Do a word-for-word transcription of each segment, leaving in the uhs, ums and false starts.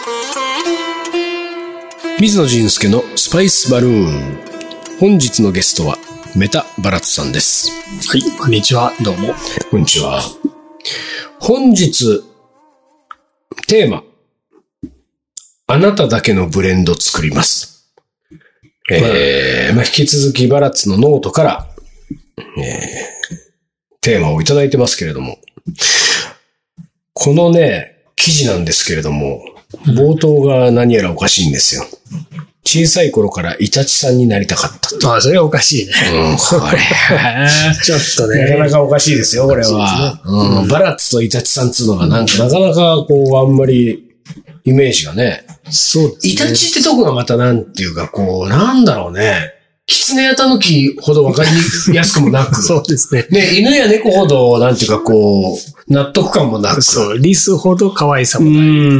水野仁介のスパイスバルーン。本日のゲストはメタバラッツさんです。 はい、こんにちは。どうも。 こんにちは。本日テーマ、あなただけのブレンド作ります。えーまあ、引き続きバラッツのノートから、えー、テーマをいただいてますけれども、このね記事なんですけれども、冒頭が何やらおかしいんですよ。小さい頃からイタチさんになりたかったと。 ああ、それはおかしいね。 うん、これちょっとね。 なかなかおかしいですよ、これは。ね、うん、バラッツとイタチさんっつうのがなんかなかなかこう、あんまりイメージがね。 そうですね。 イタチってとこがまたなんていうかこう、なんだろうね。キツネやタヌキほどわかりやすくもなく。 そうですね。 ね、犬や猫ほど、なんていうかこう、納得感もなく。 そう、リスほど可愛さもない、ね。 うん。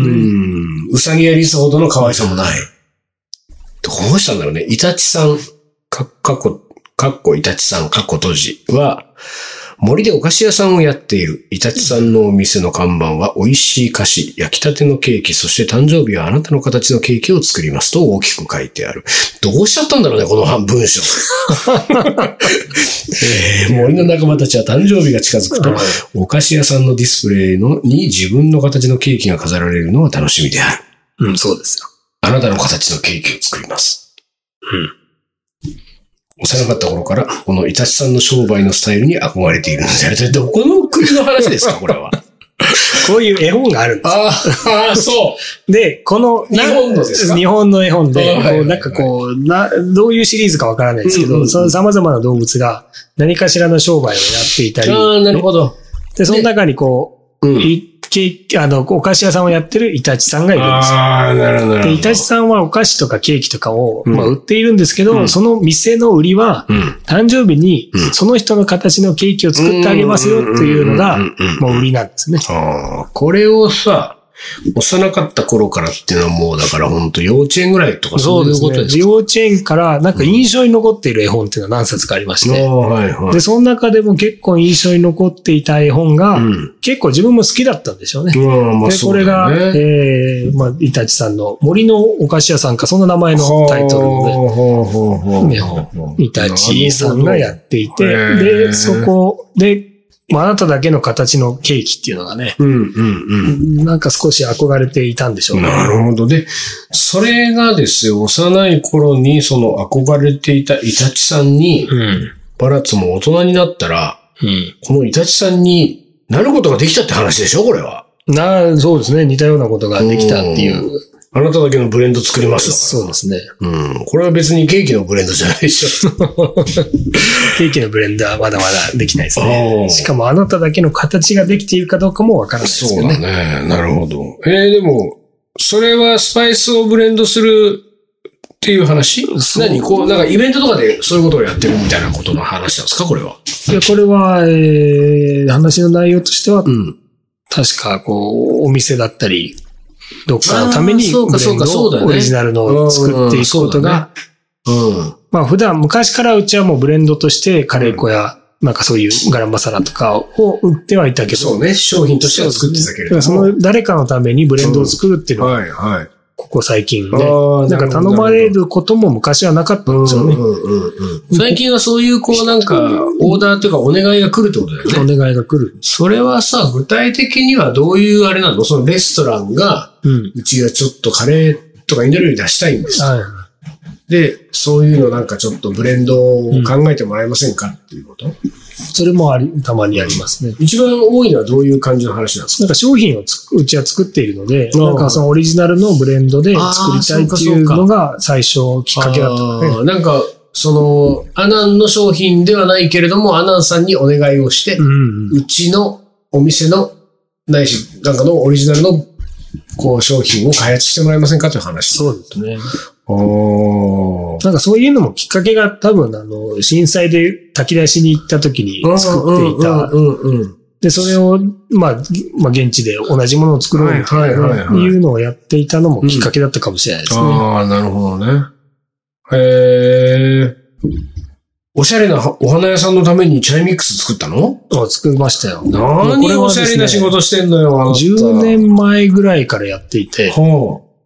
ウサギやリスほどの可愛さもない。どうしたんだろうね。イタチさん、か、かっこ、かっこイタチさん、かっこ閉じは、森でお菓子屋さんをやっている。イタチさんのお店の看板は、美味しい菓子、焼きたてのケーキ、そして誕生日はあなたの形のケーキを作りますと大きく書いてある。どうしちゃったんだろうね、この文章。えー、森の仲間たちは誕生日が近づくと、お菓子屋さんのディスプレイのに自分の形のケーキが飾られるのは楽しみである。 うん、そうですよ。 あなたの形のケーキを作ります。 うん。 幼かった頃から、このイタチさんの商売のスタイルに憧れているんですよ。どこの国の話ですか、これは。 こういう絵本があるんですよ。 ああ、そう。 で、この、 日本のですか？ 日本の絵本で、 はいはいはい、 こうなんかこう、な、どういうシリーズかわからないですけど、うんうんうん、その様々な動物が何かしらの商売をやっていたり。 ああ、なるほど。 で、その中にこう、うん、ケーキ、あの、お菓子屋さんをやってるイタチさんがいるんですよ。 ああ、なるほど。 で、イタチさんはお菓子とかケーキとかを、うん、まあ、売っているんですけど、うん、その店の売りは、うん、誕生日にその人の形のケーキを作ってあげますよっていうのが、もう売りなんですね。 ああ、これをさ、幼かった頃からっていうのはもうだから本当幼稚園ぐらいとかそういうことですか？そうですね。 幼稚園からなんか印象に残っている絵本っていうのは何冊かありまして。 うんはいはい、 で、その中でも結構印象に残っていた絵本が、うん、結構自分も好きだったんでしょうね。 うんまあ、 で、これが、 ね、 えー、まあ、イタチさんの森のお菓子屋さんか、そんな名前のタイトルの絵本、イタチさんがやっていて、で、そこで、まあ、あなただけの形のケーキっていうのがね、 うんうんうん、 なんか少し憧れていたんでしょうね。 なるほど。で、それがですよ、幼い頃にその憧れていたイタチさんに、うん、バラッツも大人になったら、うん、このイタチさんになることができたって話でしょ、これは。 な、そうですね。似たようなことができたっていう。 あなただけのブレンド作りますよ。 そうですね。 うん。これは別にケーキのブレンドじゃないでしょ。 ケーキのブレンドはまだまだできないですね。しかもあなただけの形ができているかどうかもわからないですよね。 そうだね。なるほど。えー、でも、それはスパイスをブレンドするっていう話？何こう、なんかイベントとかでそういうことをやってるみたいなことの話なんですか、これは。 いや、これは、えー、話の内容としては、うん、確か、こう、お店だったり、どっかのためにブレンドオリジナルのを作っていくことが、まあ普段昔からうちはもうブレンドとしてカレー粉やなんかそういうガランマサラとかを売ってはいたけど、 そうね、商品としては作ってたけれども、 その誰かのためにブレンドを作るっていうのは、はいはい、ここ最近ね、なんか頼まれることも昔はなかったんですよね。 最近はそういうこうなんかオーダーというかお願いが来るってことだよね。 お願いが来る。 それはさ、具体的にはどういうあれなの？そのレストランが、うん、うちはちょっとカレーとかインド料理出したいんです。はい、で、そういうのなんかちょっとブレンドを考えてもらえませんかっていうこと？うん、 それもあり、たまにありますね。 一番多いのはどういう感じの話なんですか？ なんか商品をつうちは作っているので、なんかそのオリジナルのブレンドで作りたいっていうのが最初きっかけだったので。 なんか、その、アナンの商品ではないけれども、アナンさんにお願いをして、うんうん、うちのお店の、ないし、なんかのオリジナルの、こう、商品を開発してもらえませんかという話。 そうですね。おなんかそういうのもきっかけが多分あの、震災で炊き出しに行った時に作っていた。で、それを、まあ、まあ、現地で同じものを作ろうみたいな、いうのをやっていたのもきっかけだったかもしれないですね。うん、 ああ、なるほどね。へえ。おしゃれなお花屋さんのためにチャイミックス作ったの？ あ、作りましたよ。 何おしゃれな仕事してんのよ、 じゅうねんまえぐらいからやっていて。はあ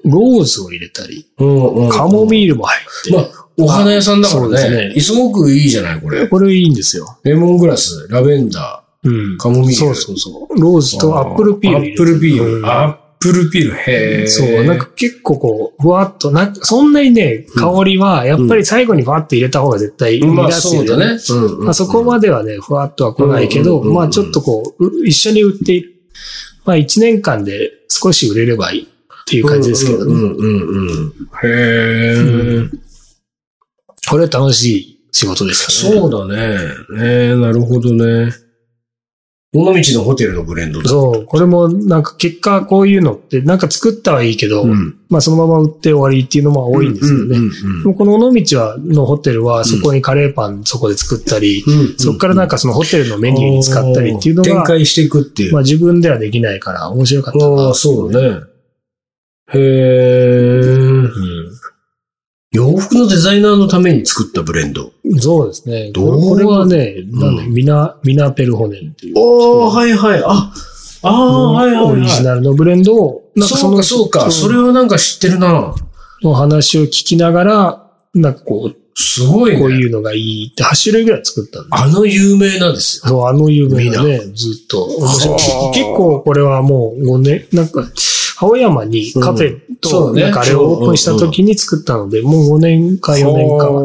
ローズを入れたり、 うんうん、 カモミールも入って。 まあ、お花屋さんだからね。ねすごくいいじゃない、これ。 これいいんですよ。 レモングラス、ラベンダー、うん、カモミール。 そうそうそう。ローズとアップルピール入れて。 アップルピール。うん、アップルピール、へー。 そう、なんか結構こう、ふわっと、なんかそんなにね、香りは、やっぱり最後にふわっと入れた方が絶対いいですよね。まあそうだね。うんうん、まあそこまではね、ふわっとは来ないけど、うんうんうん、まあちょっとこう、一緒に売っている。まあ一年間で少し売れればいいっていう感じですけどね。うんうんうん、 へー、うん。 これ楽しい仕事ですかね。そうだね。えー、なるほどね。尾道のホテルのブレンドだ。 そう。これもなんか結果こういうのってなんか作ったはいいけど、うん、まあそのまま売って終わりっていうのも多いんですよね。でもこの尾道はのホテルはそこにカレーパンそこで作ったり、うん、そこからなんかそのホテルのメニューに使ったりっていうのが、 展開していくっていう。 まあ自分ではできないから面白かったな。 ああ、そうだね。へー。うん洋服のデザイナーのために作ったブレンド。 そうですね。これはね、なんだ、ミナ、ミナペルホネンっていう。 おー、はいはい。あ、ああ、はいはい。 オリジナルのブレンドを、 なんかその、そうか、そうか。それはなんか知ってるな。 の話を聞きながら、なんかこう、 すごいね。 こういうのがいいってはち種類ぐらい作ったんで。 あの有名なんですよ。 そう、あの有名なね、ずっと面白い。結構これはもうごねん、なんか、青山にカフェと、なんかあれをオープンした時に作ったので、もうごねんかよねんか。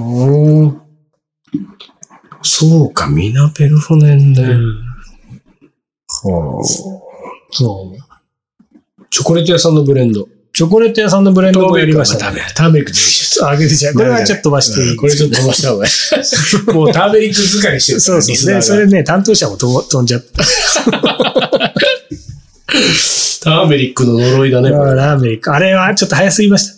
そうか、ミナペルホネンで。うん、 はあ、そう。 チョコレート屋さんのブレンド。 チョコレート屋さんのブレンドもやりましたね。ターメリックでいいです。 あげてちゃう。これはちょっと飛ばしていい。 これちょっと飛ばした方がいい。もうターメリック疲れしてる。 そうそう。で、それね、担当者も飛んじゃった。 ターメリックの呪いだね。 ターメリック。あれはちょっと早すぎました。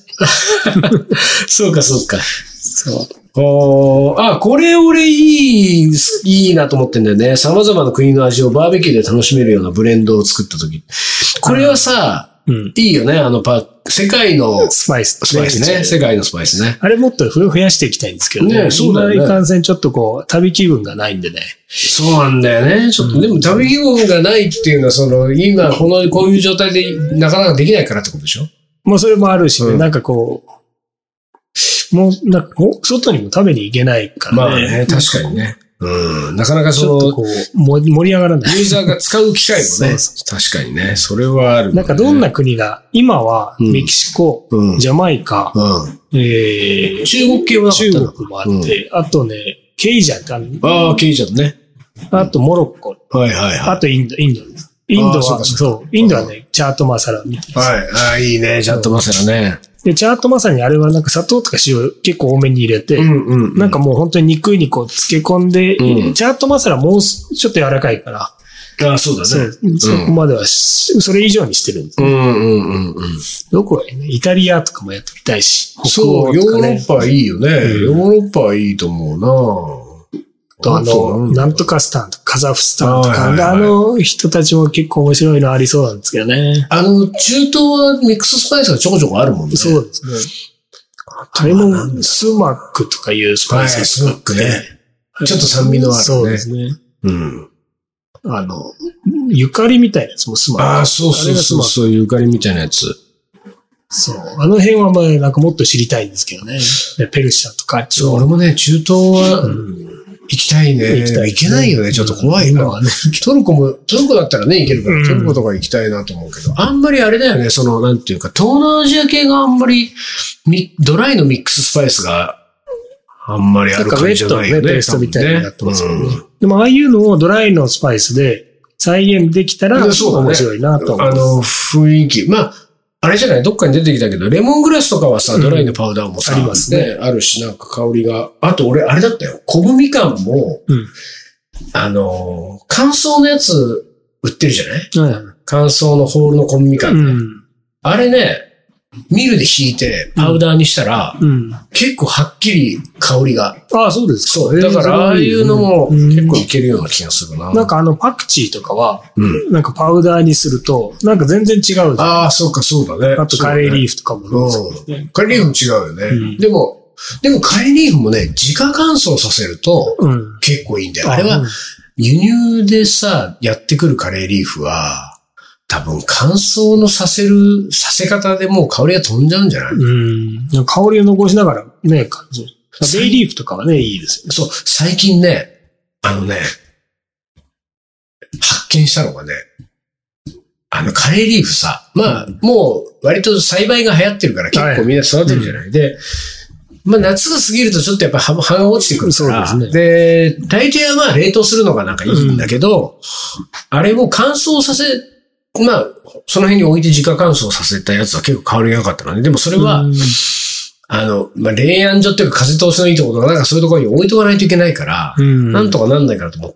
そうか、そうか。 そう。 おあ、これ俺いい、いいなと思ってんだよね。様々な国の味をバーベキューで楽しめるようなブレンドを作ったとき。これはさ、うん、いいよね。あのパ、世界のスパイス、 スパイスね。世界のスパイスね。 あれもっと増やしていきたいんですけどね。ねそうだよね。今いかんせんちょっとこう、旅気分がないんでね。 そうなんだよね。ちょっと、うん、でも旅気分がないっていうのは、その、今この、こういう状態でなかなかできないからってことでしょ？ もうそれもあるしね。うん、なんかこう、もう、なんか外にも食べに行けないからね。 まあね、確かにね。うん。なかなかその、 ちょっとこう、盛り上がらない。 ユーザーが使う機会もね。そうそう確かにね。それはある、ね。 なんかどんな国が、今はメキシコ、うん、ジャマイカ、うん、えー、 中国系は中国もあって、うん、あとね、ケイジャンってある、ね。 ああ、ケイジャンね。 あとモロッコ。 はいはいはい。 あとインド、インドです。インドは、そうそう、インドはね、チャートマサラみたいな。 はい。ああ、いいね、チャートマサラね。 で、チャートマサラにあれはなんか砂糖とか塩結構多めに入れて、うんうんうん、なんかもう本当に肉にこう漬け込んで、うん、チャートマサラもうちょっと柔らかいから。 ああ、そうだね。 そう、うん、そこまではそれ以上にしてるんですね。うんうんうんうん。 どこがいいね。イタリアとかもやってみたいし。 そう、ヨーロッパいいよね。うん、ヨーロッパはいいと思うなとあの、なんとかスタンとカザフスタンとか、はいはいはい、あの人たちも結構面白いのありそうなんですけどね。 あの、中東はミックススパイスがちょこちょこあるもんね。 そうですね。あれもスマックとかいうスパイスです、 はい、スマックね。ちょっと酸味のあるね。 そうですね。 うん。 あの、ゆかりみたいなやつもスマック。 ああ、そうそうそうそう、ゆかりみたいなやつ。 そう。あの辺はまあなんかもっと知りたいんですけどね。ペルシャとか。 そう、俺もね、中東は、うん行きたいね。行きたい、ね。行けないよね。ちょっと怖いな。ね、トルコも、トルコだったらね、行けるから、うん、トルコとか行きたいなと思うけど、あんまりあれだよね、その、なんていうか、東南アジア系があんまり、ドライのミックススパイスがあんまりある感じじゃないよね。 なんかウェットのペーストみたいになってますよね。うん、でも、ああいうのをドライのスパイスで再現できたら、面白いなと思う。 あの、雰囲気。まあ、あれじゃないどっかに出てきたけど、レモングラスとかはさ、ドライのパウダーもさ、うん、ありますね。あるし、なんか香りが。あと俺、あれだったよ。昆布みかんも、うん、あの、乾燥のやつ売ってるじゃない、うん、乾燥のホールの昆布みかん、ねうん。あれね、ミルでひいてパウダーにしたら、うん、結構はっきり香りが。 ああ、そうですか。 そう。だから、ああいうのも結構いけるような気がするな。 なんかあのパクチーとかは、うん、なんかパウダーにすると、なんか全然違う。 ああ、そうか、そうだね。 あとカレーリーフとかも、 ねうん。カレーリーフも違うよね。うん、でも、でもカレーリーフもね、自家乾燥させると、結構いいんだよ。うん、あれは、輸入でさ、やってくるカレーリーフは、多分乾燥のさせる、させ方でもう香りが飛んじゃうんじゃない？ うん。香りを残しながらね、ベイリーフとかはね、いいですよね。 そう、最近ね、あのね、発見したのがね、あの、カレーリーフさ、まあ、もう、割と栽培が流行ってるから結構みんな育てるじゃない。はい、で、まあ、夏が過ぎるとちょっとやっぱ葉が落ちてくるから、そうですね。で、大抵はまあ、冷凍するのがなんかいいんだけど、うん、あれも乾燥させ、まあ、その辺に置いて自家乾燥させたやつは結構香りが良かったのね。でもそれは、うん、あの、まあ、冷暗所っていうか風通しのいいところとか、なんかそういうところに置いとかないといけないから、うん、なんとかなんないかなと思って、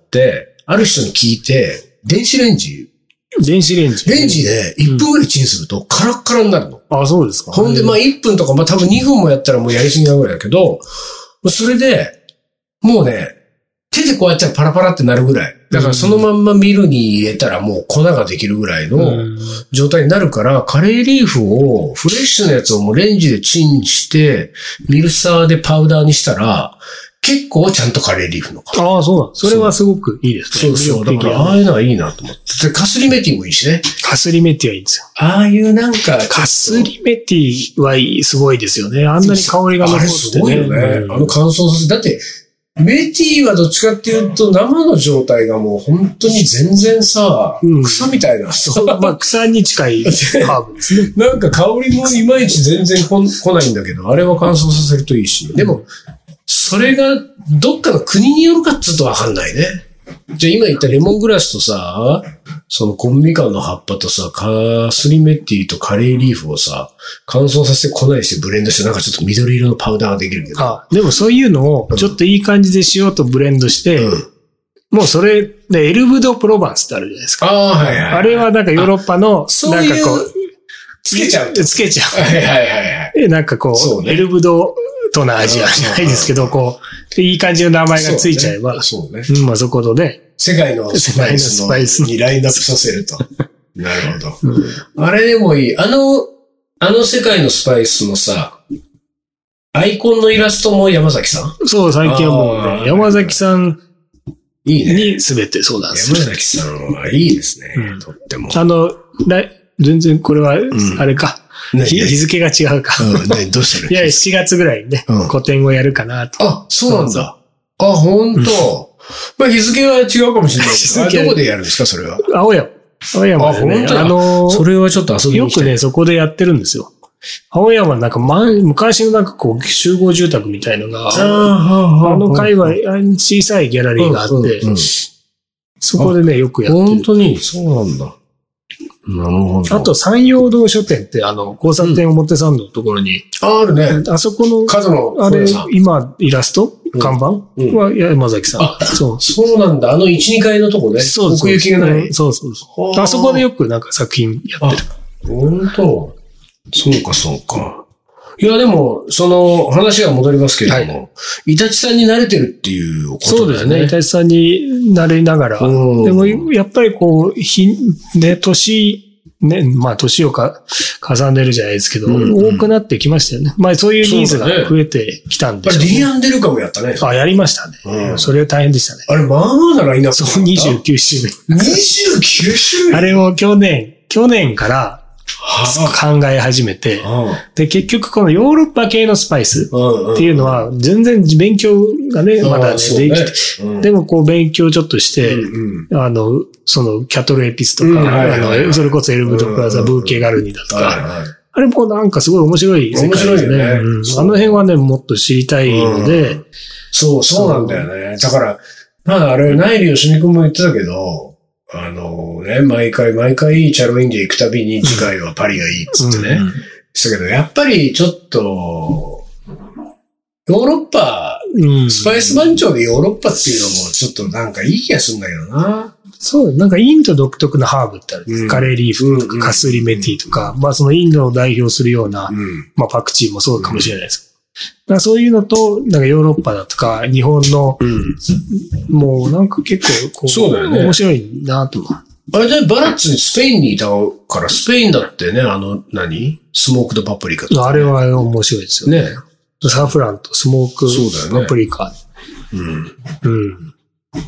ある人に聞いて、電子レンジ、 電子レンジ。 レンジでいっぷんぐらいチンするとカラッカラになるの。 うん、あ、そうですか。 ほんで、まあいっぷんとか、まあ多分にふんもやったらもうやりすぎなぐらいだけど、それで、もうね、手でこうやったらパラパラってなるぐらい。だからそのまんまミルに入れたらもう粉ができるぐらいの状態になるから、カレーリーフを、フレッシュなやつをもうレンジでチンして、ミルサーでパウダーにしたら、結構ちゃんとカレーリーフの香り。 ああ、そうなん。それはすごくいいですね。そうそう。だからああいうのはいいなと思って。で、カスリメティもいいしね。 カスリメティはいいんですよ。 ああいうなんか。 カスリメティはすごいですよね。あんなに香りが残ってね。あれすごいよね。うん、あの乾燥させて。だって、メティはどっちかっていうと生の状態がもう本当に全然さ、うん、草みたいな。 そう、まあ草に近いハーブですね。 なんか香りもいまいち全然こ来ないんだけど、あれは乾燥させるといいし。でも、それがどっかの国によるかっつうとわかんないね。じゃあ今言ったレモングラスとさ、そのコンビカンの葉っぱとさ、カスリメティとカレーリーフをさ、乾燥させて粉にしてブレンドしてなんかちょっと緑色のパウダーができるけど。 あ、でもそういうのをちょっといい感じでしようとブレンドして、うん、もうそれでエルブド・プロヴァンスってあるじゃないですか。 ああ、はいはい。 あれはなんかヨーロッパの、なんかこう、 つけちゃう。 つけちゃう。 はいはいはいはい。 なんかこう、ね、エルブドとの味はじゃないですけど、こう、いい感じの名前がついちゃえば、 そうね。 うん、まあそこで、 世界のスパイスのにラインナップさせると。なるほど、うん。あれでもいい。あの、あの世界のスパイスのさ、アイコンのイラストも山崎さん？ そう、最近はもうね、山崎さんいいね。 に全てそうなんですよ。山崎さんはいいですね。うん、とっても。 あの、全然これは、あれか。うん、日付が違うか。 うん、ね、どうしたの？ いや、しちがつぐらいにね、うん、個展をやるかなと。 あ、そうなんだ。あ、ほんと。まあ日付は違うかもしれないけど、どこでやるんですか、それは。 青山。青山で、ね。あ、本当だ。あのー、 それはちょっと遊びに行きたい。 よくね、そこでやってるんですよ。青山なんか、ま、昔のなんかこう、集合住宅みたいのが、あの界隈、小さいギャラリーがあって、うんうんうん、そこでね、よくやってる。 本当にそうなんだ。なるほど。 あと、山陽道書店って、あの、交差点表参道のところに。 うん、あ、あるね。 あそこの、 角の、 あれ、今、イラスト、うん、看板は山崎さん。 あ、そう。そうなんだ。あのいち、にかいのとこね。 そうそう。 奥行きがない。 そうそうそう。あそこでよくなんか作品やってる。 本当。そうか、そうか。いや、でも、その話が戻りますけれども、はい、イタチさんに慣れてるっていうことだよね。そうですね。 イタチさんに慣れながら。でも、やっぱりこう、ひ、ね、年、ね、まあ、年をか、重ねるじゃないですけど、うんうん、多くなってきましたよね。まあ、そういうニーズが増えてきたんでしょう、ね。 あれ、ディアンデルカもやったね。 あ、やりましたね。うん、それは大変でしたね。 あれ、まあまあなラインナップ。 そう、にじゅうきゅう種類。 にじゅうきゅう種類あれを去年、去年から、考え始めて、で、結局このヨーロッパ系のスパイスっていうのは全然勉強がね、まだね、できて、でもこう勉強ちょっとして、あの、そのキャトルエピスとか、あの、それこそエルブドプラザ、ブーケガルニだとか、あれもなんかすごい面白い世界ですね。面白いよね。あの辺はね、もっと知りたいので。 そう、そうなんだよね。だから、まああれ、ナイリヨシミ君も言ってたけど、あのね、毎回毎回チャロインで行くたびに次回はパリがいいっつってね。うん、したけど、やっぱりちょっと、ヨーロッパ、うん、スパイス番長でヨーロッパっていうのもちょっとなんかいい気がするんだけどな。 そう、なんかインド独特なハーブってあるんです、うん、カレーリーフとかカスリメティとか、うん、まあそのインドを代表するような、うん、まあパクチーもそうかもしれないです。だからそういうのと、なんかヨーロッパだとか、日本の、うん、もうなんか結構こう、そうだよね。面白いなと思う。 あれじゃバラッツにスペインにいたから、スペインだってね、あの、何スモークドパプリカとか、ね。 あれは面白いですよね。ね。サフランとスモークパプリカ。 うん。 うん。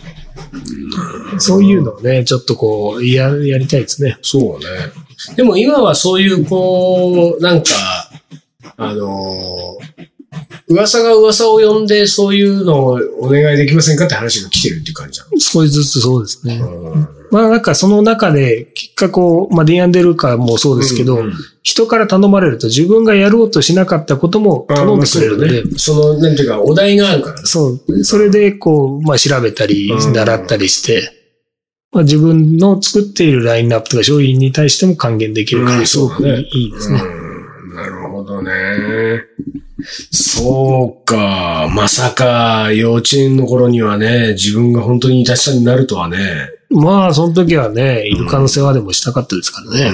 そういうのをね、ちょっとこう、や、やりたいですね。 そうね。でも今はそういう、こう、なんか、あのー、噂が噂を呼んで、そういうのをお願いできませんかって話が来てるっていう感じなの？ 少しずつそうですね。うん、まあなんかその中で、結果こう、まあディアンデルカもそうですけど、うんうん、人から頼まれると自分がやろうとしなかったことも頼んでくれるので、 ね、その、なんていうか、お題があるからね。 そう。それでこう、まあ調べたり、習ったりして、まあ、自分の作っているラインナップとか商品に対しても還元できるから、すごくいいですね。 うん、なるほどね。そうか。まさか幼稚園の頃にはね、自分が本当にいたしさんになるとはね。 まあ、その時はね、イルカの世話でもしたかったですからね。 うん、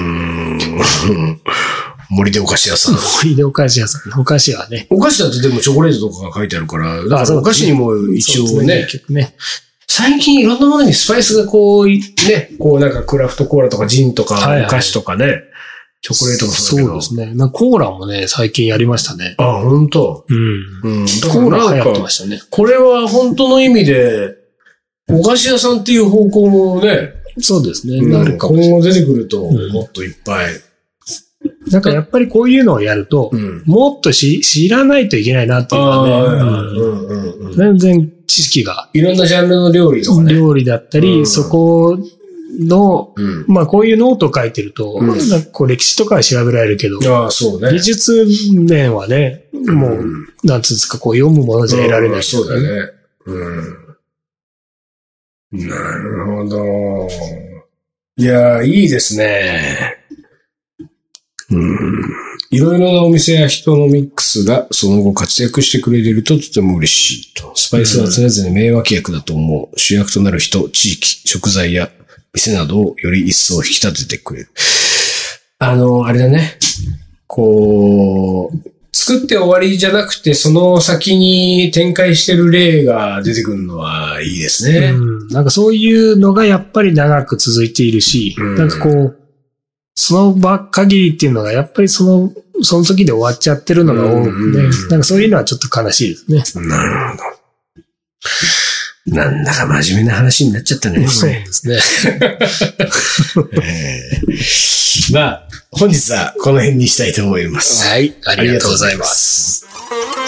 森でお菓子屋さん。 森でお菓子屋さん。お菓子はね。 お菓子だってでもチョコレートとかが書いてあるから、だからお菓子にも一応ね。 ね最近いろんなものにスパイスがこう、ね、こうなんかクラフトコーラとかジンとかお菓子とかね。はいはい、チョコレートもそうだけど。 そうですね。なコーラもね、最近やりましたね。 あ、本当。 うん。うん。コーラ流行ってましたね。 これは本当の意味で、お菓子屋さんっていう方向もね。 そうですね。 うん、なるかも。今後出てくると、もっといっぱい。 うん、なんかやっぱりこういうのをやると、うん、もっとし知らないといけないなっていうかね。うんうんうん、全然知識が。 いろんなジャンルの料理とかね。 料理だったり、うん、そこ、の、うん、まあこういうノート書いてると、うん、なんかこう歴史とかは調べられるけど、 ああそうね、 技術面はね、もう、うん、なんつうんですか、こう読むものじゃ得られない、ね、 そうだね。うん。なるほど。いや、いいですね。うん。いろいろなお店や人のミックスがその後活躍してくれているととても嬉しいと。スパイスは常々名脇役だと思う。主役となる人、地域、食材や店などをより一層引き立ててくれる。あの、あれだね。こう、作って終わりじゃなくて、その先に展開してる例が出てくるのはいいですね。 うん、なんかそういうのがやっぱり長く続いているし、うん、なんかこう、その場限りっていうのがやっぱりその、その時で終わっちゃってるのが多くて、うん、なんかそういうのはちょっと悲しいですね。 なるほど。なんだか真面目な話になっちゃったね。 そうですね。 えー、まあ、本日はこの辺にしたいと思います。 はい、ありがとうございます。